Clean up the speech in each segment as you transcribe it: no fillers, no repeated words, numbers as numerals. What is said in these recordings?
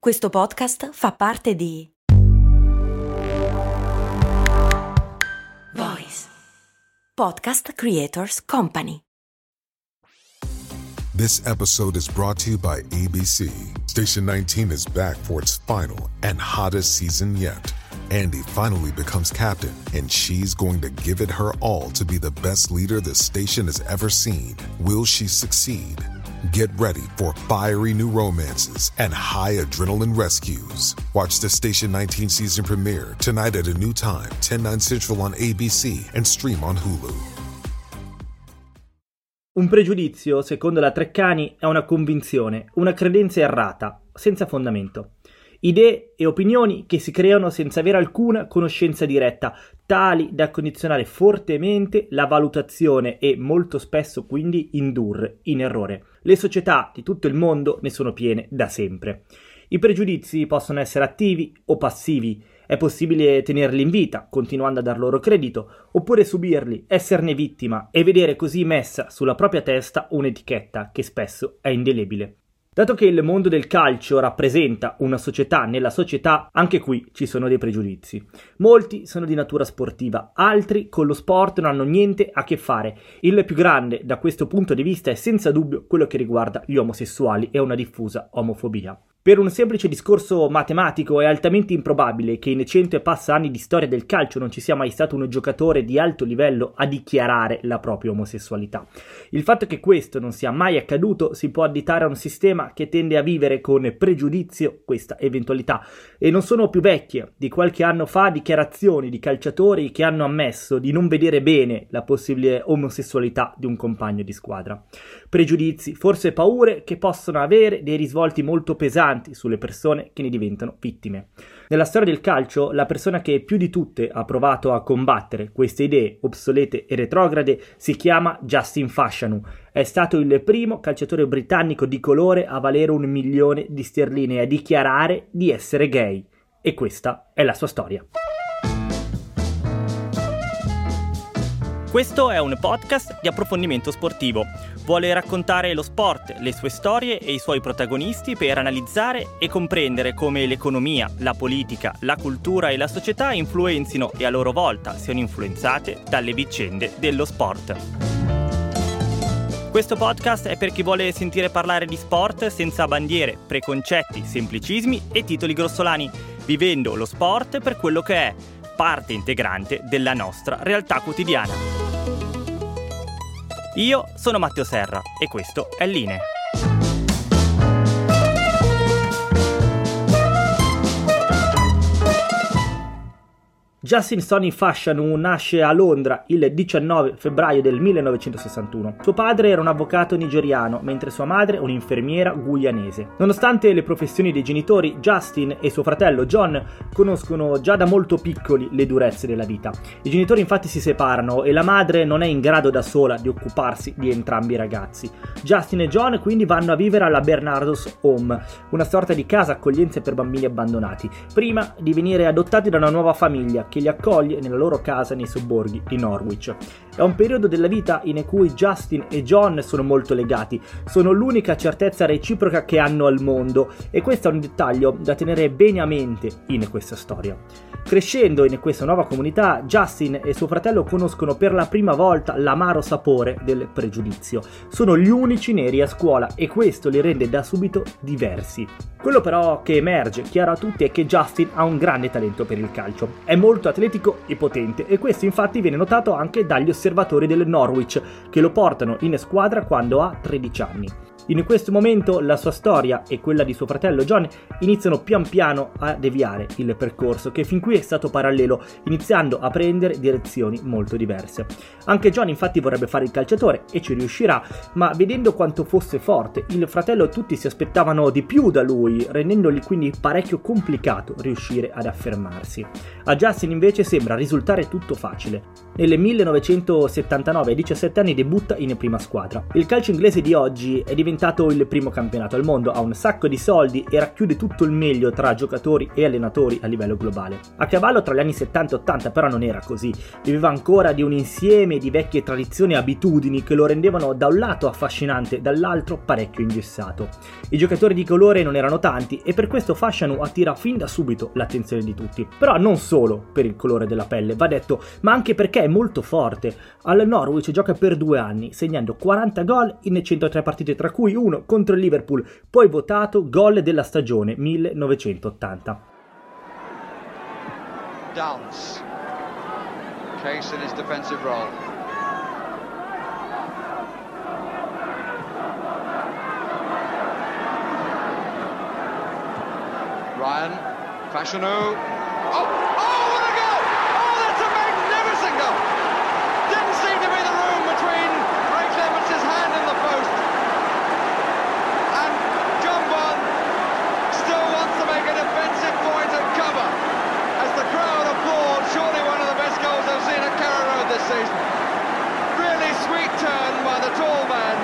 Questo podcast fa parte di Voice Podcast Creators Company. This episode is brought to you by ABC. Station 19 is back for its final and hottest season yet. Andy finally becomes captain, and she's going to give it her all to be the best leader the station has ever seen. Will she succeed? Get ready for fiery new romances and high adrenaline rescues. Watch the Station 19 season premiere tonight at a new time, 10/9 Central on ABC and stream on Hulu. Un pregiudizio, secondo la Treccani, è una convinzione, una credenza errata, senza fondamento. Idee e opinioni che si creano senza avere alcuna conoscenza diretta, tali da condizionare fortemente la valutazione e molto spesso quindi indurre in errore. Le società di tutto il mondo ne sono piene da sempre. I pregiudizi possono essere attivi o passivi. È possibile tenerli in vita, continuando a dar loro credito, oppure subirli, esserne vittima e vedere così messa sulla propria testa un'etichetta che spesso è indelebile. Dato che il mondo del calcio rappresenta una società nella società, anche qui ci sono dei pregiudizi. Molti sono di natura sportiva, altri con lo sport non hanno niente a che fare. Il più grande da questo punto di vista è senza dubbio quello che riguarda gli omosessuali e una diffusa omofobia. Per un semplice discorso matematico è altamente improbabile che in 100 e passa anni di storia del calcio non ci sia mai stato un giocatore di alto livello a dichiarare la propria omosessualità. Il fatto che questo non sia mai accaduto si può additare a un sistema che tende a vivere con pregiudizio questa eventualità, e non sono più vecchie di qualche anno fa dichiarazioni di calciatori che hanno ammesso di non vedere bene la possibile omosessualità di un compagno di squadra. Pregiudizi, forse paure che possono avere dei risvolti molto pesanti sulle persone che ne diventano vittime. Nella storia del calcio, la persona che più di tutte ha provato a combattere queste idee obsolete e retrograde si chiama Justin Fashanu. È stato il primo calciatore britannico di colore a valere 1 milione di sterline e a dichiarare di essere gay. E questa è la sua storia. Questo è un podcast di approfondimento sportivo. Vuole raccontare lo sport, le sue storie e i suoi protagonisti per analizzare e comprendere come l'economia, la politica, la cultura e la società influenzino e a loro volta siano influenzate dalle vicende dello sport. Questo podcast è per chi vuole sentire parlare di sport senza bandiere, preconcetti, semplicismi e titoli grossolani, vivendo lo sport per quello che è, parte integrante della nostra realtà quotidiana. Io sono Matteo Serra e questo è Linee. Justin Sonny Fashanu nasce a Londra il 19 febbraio del 1961. Suo padre era un avvocato nigeriano, mentre sua madre un'infermiera guyanese. Nonostante le professioni dei genitori, Justin e suo fratello John conoscono già da molto piccoli le durezze della vita. I genitori infatti si separano e la madre non è in grado da sola di occuparsi di entrambi i ragazzi. Justin e John quindi vanno a vivere alla Bernardo's Home, una sorta di casa accoglienza per bambini abbandonati, prima di venire adottati da una nuova famiglia che li accoglie nella loro casa nei sobborghi di Norwich. È un periodo della vita in cui Justin e John sono molto legati, sono l'unica certezza reciproca che hanno al mondo, e questo è un dettaglio da tenere bene a mente in questa storia. Crescendo in questa nuova comunità, Justin e suo fratello conoscono per la prima volta l'amaro sapore del pregiudizio. Sono gli unici neri a scuola e questo li rende da subito diversi. Quello però che emerge chiaro a tutti è che Justin ha un grande talento per il calcio. È molto atletico e potente, e questo infatti viene notato anche dagli osservatori del Norwich, che lo portano in squadra quando ha 13 anni. In questo momento la sua storia e quella di suo fratello John iniziano pian piano a deviare il percorso che fin qui è stato parallelo, iniziando a prendere direzioni molto diverse. Anche John infatti vorrebbe fare il calciatore e ci riuscirà, ma vedendo quanto fosse forte il fratello tutti si aspettavano di più da lui, rendendogli quindi parecchio complicato riuscire ad affermarsi. A Justin invece sembra risultare tutto facile. Nel 1979 a 17 anni debutta in prima squadra. Il calcio inglese di oggi è diventato il primo campionato al mondo, ha un sacco di soldi e racchiude tutto il meglio tra giocatori e allenatori a livello globale. A cavallo tra gli anni 70 e 80 però non era così, viveva ancora di un insieme di vecchie tradizioni e abitudini che lo rendevano da un lato affascinante, dall'altro parecchio ingessato. I giocatori di colore non erano tanti e per questo Fashanu attira fin da subito l'attenzione di tutti. Però non solo per il colore della pelle, va detto, ma anche perché è molto forte. Al Norwich gioca per 2 anni, segnando 40 gol in 103 partite, tra cui uno contro il Liverpool, poi votato gol della stagione 1980. Downs. Case in his defensive role. Ryan, Fashanu. Oh, what a goal! Oh, that's a magnificent goal! Didn't seem to be the room between Ray Clements' hand and the post. And John Bond still wants to make a defensive point and cover as the crowd applauds. Surely one of the best goals I've seen at Carrow Road this season. Really sweet turn by the tall man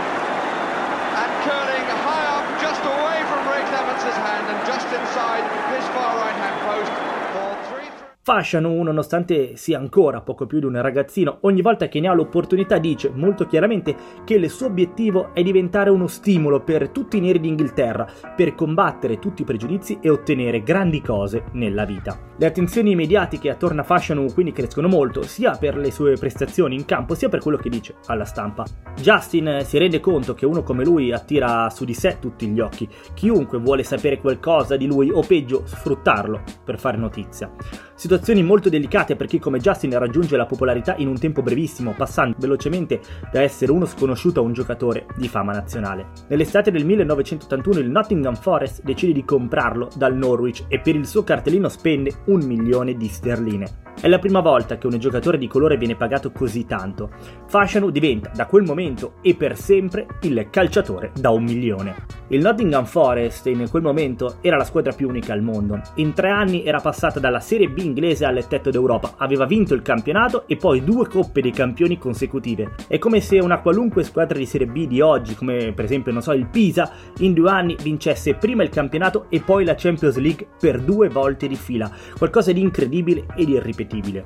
and curling high up just away from Ray Clements' hand and just inside his far right hand post for 3-3. Fashanu, nonostante sia ancora poco più di un ragazzino, ogni volta che ne ha l'opportunità dice molto chiaramente che il suo obiettivo è diventare uno stimolo per tutti i neri d'Inghilterra, per combattere tutti i pregiudizi e ottenere grandi cose nella vita. Le attenzioni mediatiche attorno a Fashanu quindi crescono molto, sia per le sue prestazioni in campo, sia per quello che dice alla stampa. Justin si rende conto che uno come lui attira su di sé tutti gli occhi, chiunque vuole sapere qualcosa di lui o peggio sfruttarlo per fare notizia. Situazioni molto delicate per chi come Justin raggiunge la popolarità in un tempo brevissimo, passando velocemente da essere uno sconosciuto a un giocatore di fama nazionale. Nell'estate del 1981 il Nottingham Forest decide di comprarlo dal Norwich e per il suo cartellino spende 1 milione di sterline. È la prima volta che un giocatore di colore viene pagato così tanto. Fashanu diventa da quel momento e per sempre il calciatore da 1 milione. Il Nottingham Forest in quel momento era la squadra più unica al mondo. In 3 anni era passata dalla Serie B inglese al tetto d'Europa, aveva vinto il campionato e poi 2 coppe dei campioni consecutive. È come se una qualunque squadra di Serie B di oggi, come per esempio il Pisa, in 2 anni vincesse prima il campionato e poi la Champions League per 2 volte di fila, qualcosa di incredibile ed irripetibile.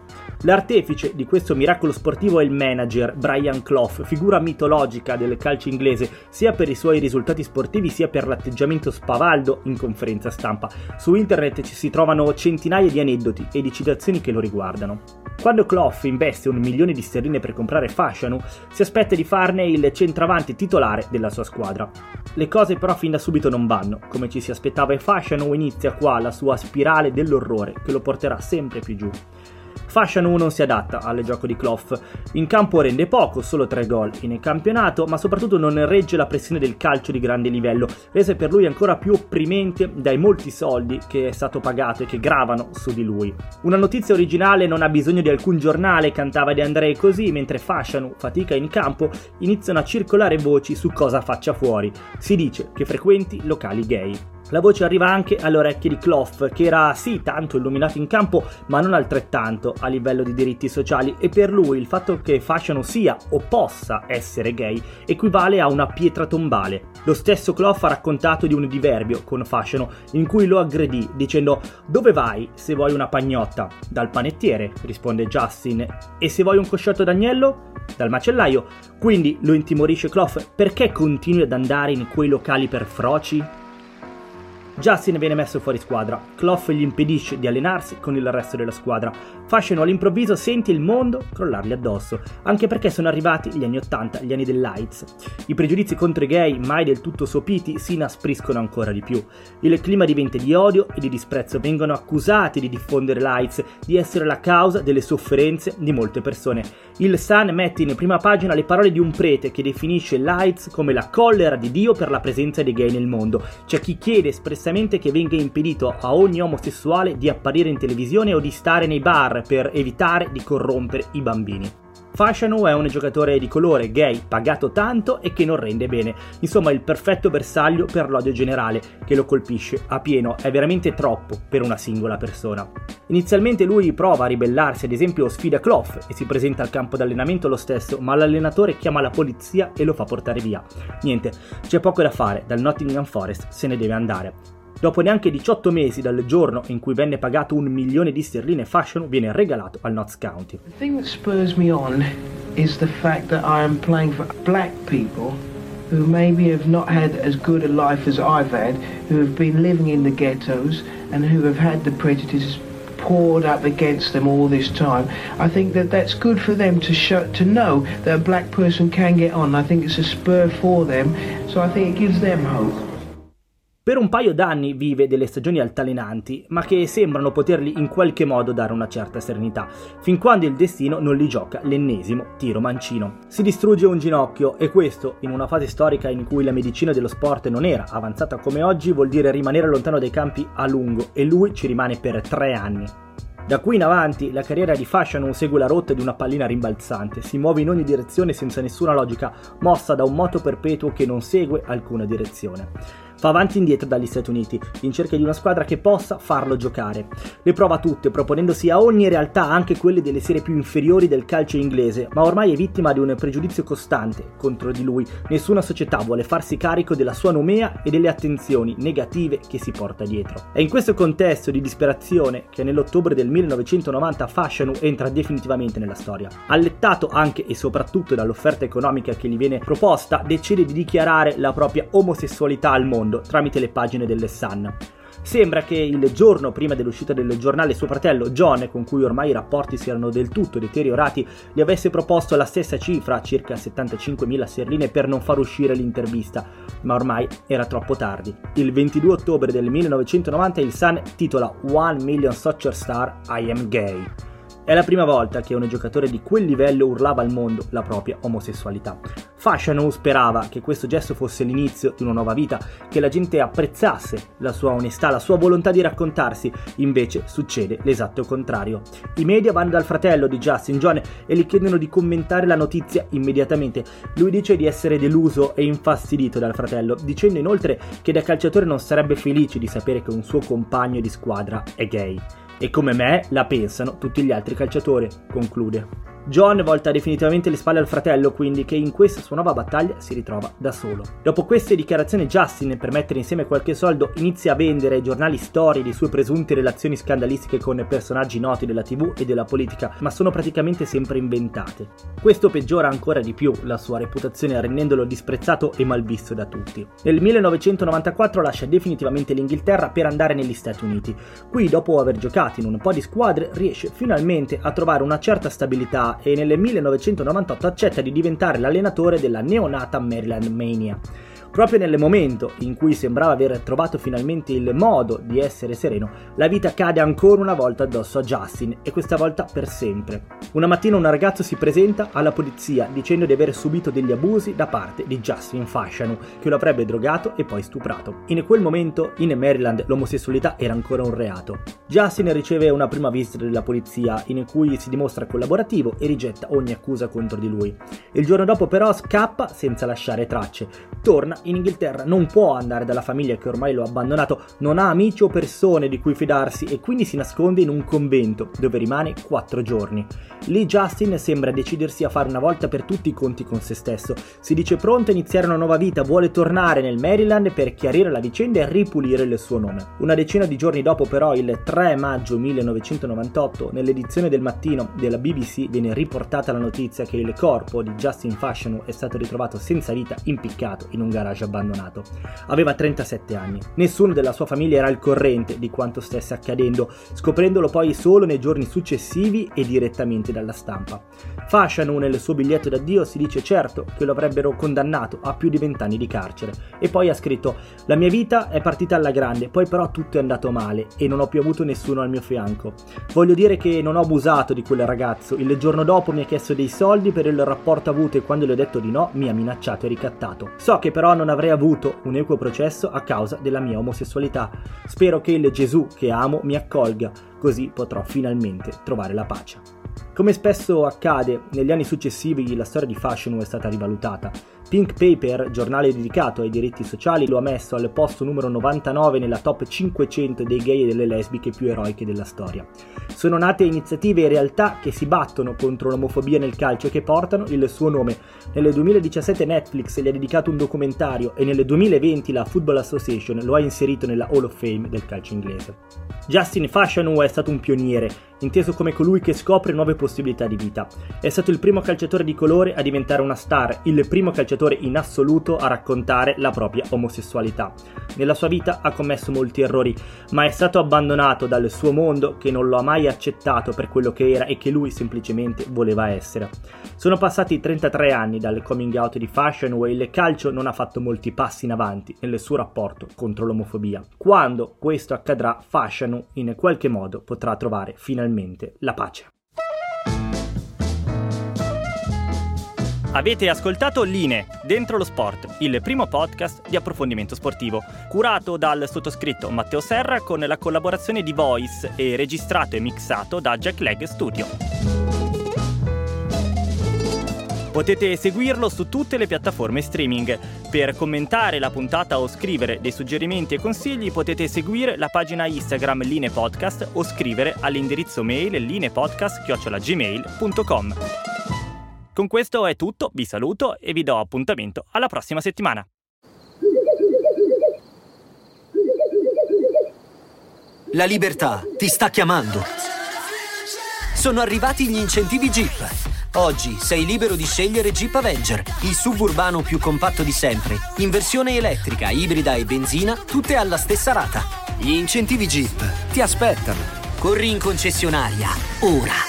L'artefice di questo miracolo sportivo è il manager Brian Clough, figura mitologica del calcio inglese sia per i suoi risultati sportivi sia per l'atteggiamento spavaldo in conferenza stampa. Su internet ci si trovano centinaia di aneddoti e di citazioni che lo riguardano. Quando Clough investe 1 milione di sterline per comprare Fashanu, si aspetta di farne il centravanti titolare della sua squadra. Le cose però fin da subito non vanno come ci si aspettava e Fashanu inizia qua la sua spirale dell'orrore che lo porterà sempre più giù. Fashanu non si adatta al gioco di Clough, in campo rende poco, solo 3 gol in campionato, ma soprattutto non regge la pressione del calcio di grande livello, resa per lui ancora più opprimente dai molti soldi che è stato pagato e che gravano su di lui. Una notizia originale non ha bisogno di alcun giornale, cantava De André così, mentre Fashanu fatica in campo, iniziano a circolare voci su cosa faccia fuori. Si dice che frequenti locali gay. La voce arriva anche alle orecchie di Clough, che era sì tanto illuminato in campo, ma non altrettanto a livello di diritti sociali, e per lui il fatto che Fashanu sia o possa essere gay equivale a una pietra tombale. Lo stesso Clough ha raccontato di un diverbio con Fashanu in cui lo aggredì dicendo: "Dove vai se vuoi una pagnotta?" "Dal panettiere", risponde Justin. "E se vuoi un cosciotto d'agnello?" "Dal macellaio." Quindi lo intimorisce Clough: "Perché continui ad andare in quei locali per froci?" Justin viene messo fuori squadra, Clough gli impedisce di allenarsi con il resto della squadra. Fashanu all'improvviso sente il mondo crollargli addosso, anche perché sono arrivati gli anni 80, gli anni dell'AIDS. I pregiudizi contro i gay, mai del tutto sopiti, si inaspriscono ancora di più. Il clima diventa di odio e di disprezzo, vengono accusati di diffondere l'AIDS, di essere la causa delle sofferenze di molte persone. Il Sun mette in prima pagina le parole di un prete che definisce l'AIDS come la collera di Dio per la presenza dei gay nel mondo. C'è chi chiede espressamente che venga impedito a ogni omosessuale di apparire in televisione o di stare nei bar per evitare di corrompere i bambini. Fashanu è un giocatore di colore, gay, pagato tanto e che non rende bene. Insomma, il perfetto bersaglio per l'odio generale, che lo colpisce a pieno. È veramente troppo per una singola persona. Inizialmente lui prova a ribellarsi, ad esempio sfida Clough e si presenta al campo d'allenamento lo stesso, ma l'allenatore chiama la polizia e lo fa portare via. Niente, c'è poco da fare, dal Nottingham Forest se ne deve andare. Dopo neanche 18 mesi dal giorno in cui venne pagato 1 milione di sterline, Fashanu viene regalato al Notts County. The thing that spurs me on is the fact that I am playing for black people who maybe have not had as good a life as I've had, who have been living in the ghettos and who have had the prejudices poured up against them all this time. I think that that's good for them to know that a black person can get on. I think it's a spur for them, so I think it gives them hope. Per un paio d'anni vive delle stagioni altalenanti, ma che sembrano potergli in qualche modo dare una certa serenità, fin quando il destino non gli gioca l'ennesimo tiro mancino. Si distrugge un ginocchio e questo, in una fase storica in cui la medicina dello sport non era avanzata come oggi, vuol dire rimanere lontano dai campi a lungo e lui ci rimane per 3 anni. Da qui in avanti la carriera di Fashanu segue la rotta di una pallina rimbalzante, si muove in ogni direzione senza nessuna logica, mossa da un moto perpetuo che non segue alcuna direzione. Fa avanti e indietro dagli Stati Uniti, in cerca di una squadra che possa farlo giocare. Le prova tutte, proponendosi a ogni realtà, anche quelle delle serie più inferiori del calcio inglese, ma ormai è vittima di un pregiudizio costante contro di lui. Nessuna società vuole farsi carico della sua nomea e delle attenzioni negative che si porta dietro. È in questo contesto di disperazione che nell'ottobre del 1990 Fashanu entra definitivamente nella storia. Allettato anche e soprattutto dall'offerta economica che gli viene proposta, decide di dichiarare la propria omosessualità al mondo tramite le pagine delle Sun. Sembra che il giorno prima dell'uscita del giornale suo fratello John, con cui ormai i rapporti si erano del tutto deteriorati, gli avesse proposto la stessa cifra, circa 75.000 sterline, per non far uscire l'intervista, ma ormai era troppo tardi. Il 22 ottobre del 1990 il Sun titola 1 Million Soccer Star, I am gay. È la prima volta che un giocatore di quel livello urlava al mondo la propria omosessualità. Fashanu sperava che questo gesto fosse l'inizio di una nuova vita, che la gente apprezzasse la sua onestà, la sua volontà di raccontarsi. Invece succede l'esatto contrario. I media vanno dal fratello di Justin, John, e gli chiedono di commentare la notizia immediatamente. Lui dice di essere deluso e infastidito dal fratello, dicendo inoltre che da calciatore non sarebbe felice di sapere che un suo compagno di squadra è gay. E come me la pensano tutti gli altri calciatori, conclude. John volta definitivamente le spalle al fratello, quindi, che in questa sua nuova battaglia si ritrova da solo. Dopo queste dichiarazioni, Justin, per mettere insieme qualche soldo, inizia a vendere ai giornali storie di sue presunte relazioni scandalistiche con personaggi noti della TV e della politica, ma sono praticamente sempre inventate. Questo peggiora ancora di più la sua reputazione, rendendolo disprezzato e malvisto da tutti. Nel 1994 lascia definitivamente l'Inghilterra per andare negli Stati Uniti. Qui, dopo aver giocato in un po' di squadre, riesce finalmente a trovare una certa stabilità e nel 1998 accetta di diventare l'allenatore della neonata Maryland Mania. Proprio nel momento in cui sembrava aver trovato finalmente il modo di essere sereno, la vita cade ancora una volta addosso a Justin, e questa volta per sempre. Una mattina un ragazzo si presenta alla polizia dicendo di aver subito degli abusi da parte di Justin Fashanu, che lo avrebbe drogato e poi stuprato. In quel momento in Maryland l'omosessualità era ancora un reato. Justin riceve una prima visita della polizia in cui si dimostra collaborativo e rigetta ogni accusa contro di lui. Il giorno dopo però scappa senza lasciare tracce. Torna in Inghilterra, non può andare dalla famiglia che ormai lo ha abbandonato, non ha amici o persone di cui fidarsi e quindi si nasconde in un convento dove rimane 4 giorni. Lì Justin sembra decidersi a fare una volta per tutti i conti con se stesso. Si dice pronto a iniziare una nuova vita, vuole tornare nel Maryland per chiarire la vicenda e ripulire il suo nome. Una decina di giorni dopo però, il 3 maggio 1998, nell'edizione del mattino della BBC viene riportata la notizia che il corpo di Justin Fashanu è stato ritrovato senza vita, impiccato in un garage abbandonato. Aveva 37 anni. Nessuno della sua famiglia era al corrente di quanto stesse accadendo, scoprendolo poi solo nei giorni successivi e direttamente dalla stampa. Fashanu nel suo biglietto d'addio si dice certo che lo avrebbero condannato a più di 20 anni di carcere, e poi ha scritto: la mia vita è partita alla grande, poi però tutto è andato male e non ho più avuto nessuno al mio fianco. Voglio dire che non ho abusato di quel ragazzo. Il giorno dopo mi ha chiesto dei soldi per il rapporto avuto e quando gli ho detto di no mi ha minacciato e ricattato. So che però non avrei avuto un equo processo a causa della mia omosessualità. Spero che il Gesù che amo mi accolga, così potrò finalmente trovare la pace. Come spesso accade, negli anni successivi la storia di Fashanu è stata rivalutata. Pink Paper, giornale dedicato ai diritti sociali, lo ha messo al posto numero 99 nella top 500 dei gay e delle lesbiche più eroiche della storia. Sono nate iniziative e realtà che si battono contro l'omofobia nel calcio e che portano il suo nome. Nel 2017 Netflix gli ha dedicato un documentario e nel 2020 la Football Association lo ha inserito nella Hall of Fame del calcio inglese. Justin Fashanu è stato un pioniere, inteso come colui che scopre nuove possibilità di vita. È stato il primo calciatore di colore a diventare una star, il primo calciatore in assoluto a raccontare la propria omosessualità. Nella sua vita ha commesso molti errori, ma è stato abbandonato dal suo mondo che non lo ha mai accettato per quello che era e che lui semplicemente voleva essere. Sono passati 33 anni dal coming out di Fashanu e il calcio non ha fatto molti passi in avanti nel suo rapporto contro l'omofobia. Quando questo accadrà, Fashanu in qualche modo potrà trovare finalmente la pace. Avete ascoltato Linee, Dentro lo Sport, il primo podcast di approfondimento sportivo, curato dal sottoscritto Matteo Serra con la collaborazione di Voice e registrato e mixato da Jack Leg Studio. Potete seguirlo su tutte le piattaforme streaming. Per commentare la puntata o scrivere dei suggerimenti e consigli potete seguire la pagina Instagram Linee Podcast o scrivere all'indirizzo mail lineepodcast@gmail.com. Con questo è tutto, vi saluto e vi do appuntamento alla prossima settimana. La libertà ti sta chiamando. Sono arrivati gli incentivi Jeep. Oggi sei libero di scegliere Jeep Avenger, il suburbano più compatto di sempre, in versione elettrica, ibrida e benzina, tutte alla stessa rata. Gli incentivi Jeep ti aspettano. Corri in concessionaria, ora.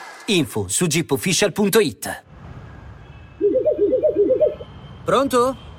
Info su jeepofficial.it. Pronto?